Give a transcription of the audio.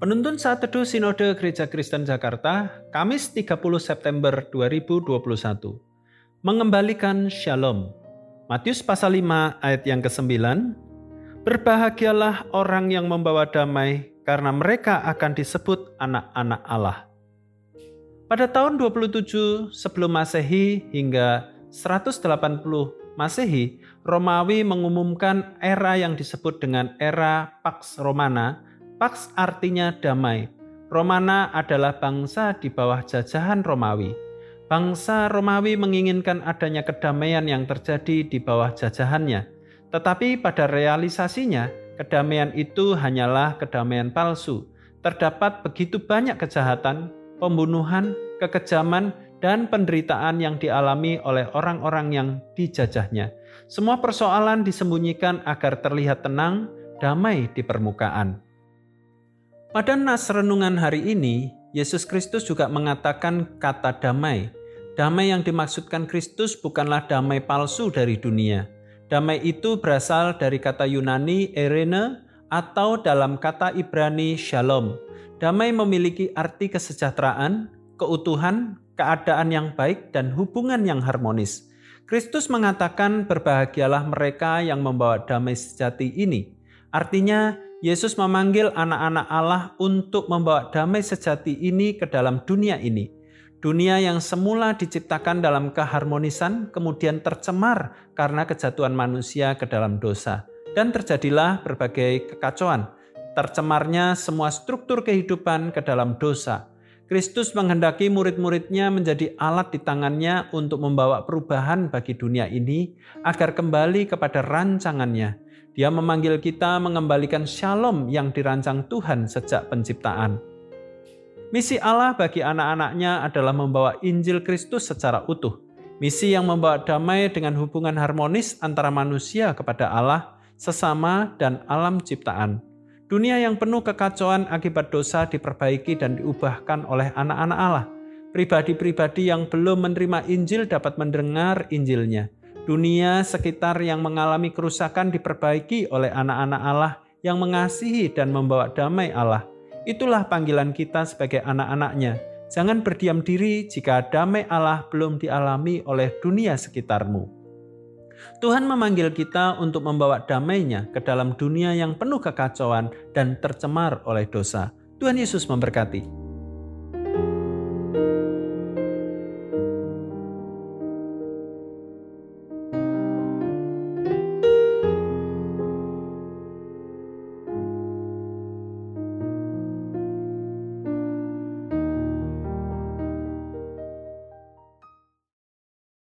Penuntun Saat Teduh Sinode Gereja Kristen Jakarta, Kamis 30 September 2021. Mengembalikan Shalom. Matius pasal 5 ayat yang ke-9. Berbahagialah orang yang membawa damai, karena mereka akan disebut anak-anak Allah. Pada tahun 27 sebelum Masehi hingga 180 Masehi, Romawi mengumumkan era yang disebut dengan era Pax Romana. Pax artinya damai. Romana adalah bangsa di bawah jajahan Romawi. Bangsa Romawi menginginkan adanya kedamaian yang terjadi di bawah jajahannya. Tetapi pada realisasinya, kedamaian itu hanyalah kedamaian palsu. Terdapat begitu banyak kejahatan, pembunuhan, kekejaman, dan penderitaan yang dialami oleh orang-orang yang dijajahnya. Semua persoalan disembunyikan agar terlihat tenang, damai di permukaan. Pada nas renungan hari ini, Yesus Kristus juga mengatakan kata damai. Damai yang dimaksudkan Kristus bukanlah damai palsu dari dunia. Damai itu berasal dari kata Yunani erene atau dalam kata Ibrani shalom. Damai memiliki arti kesejahteraan, keutuhan, keadaan yang baik, dan hubungan yang harmonis. Kristus mengatakan berbahagialah mereka yang membawa damai sejati ini. Artinya, Yesus memanggil anak-anak Allah untuk membawa damai sejati ini ke dalam dunia ini. Dunia yang semula diciptakan dalam keharmonisan kemudian tercemar karena kejatuhan manusia ke dalam dosa. Dan terjadilah berbagai kekacauan. Tercemarnya semua struktur kehidupan ke dalam dosa. Kristus menghendaki murid-muridnya menjadi alat di tangannya untuk membawa perubahan bagi dunia ini agar kembali kepada rancangannya. Dia memanggil kita mengembalikan shalom yang dirancang Tuhan sejak penciptaan. Misi Allah bagi anak-anaknya adalah membawa Injil Kristus secara utuh. Misi yang membawa damai dengan hubungan harmonis antara manusia kepada Allah, sesama, dan alam ciptaan. Dunia yang penuh kekacauan akibat dosa diperbaiki dan diubahkan oleh anak-anak Allah. Pribadi-pribadi yang belum menerima Injil dapat mendengar Injilnya. Dunia sekitar yang mengalami kerusakan diperbaiki oleh anak-anak Allah yang mengasihi dan membawa damai Allah. Itulah panggilan kita sebagai anak-anaknya. Jangan berdiam diri jika damai Allah belum dialami oleh dunia sekitarmu. Tuhan memanggil kita untuk membawa damai-Nya ke dalam dunia yang penuh kekacauan dan tercemar oleh dosa. Tuhan Yesus memberkati.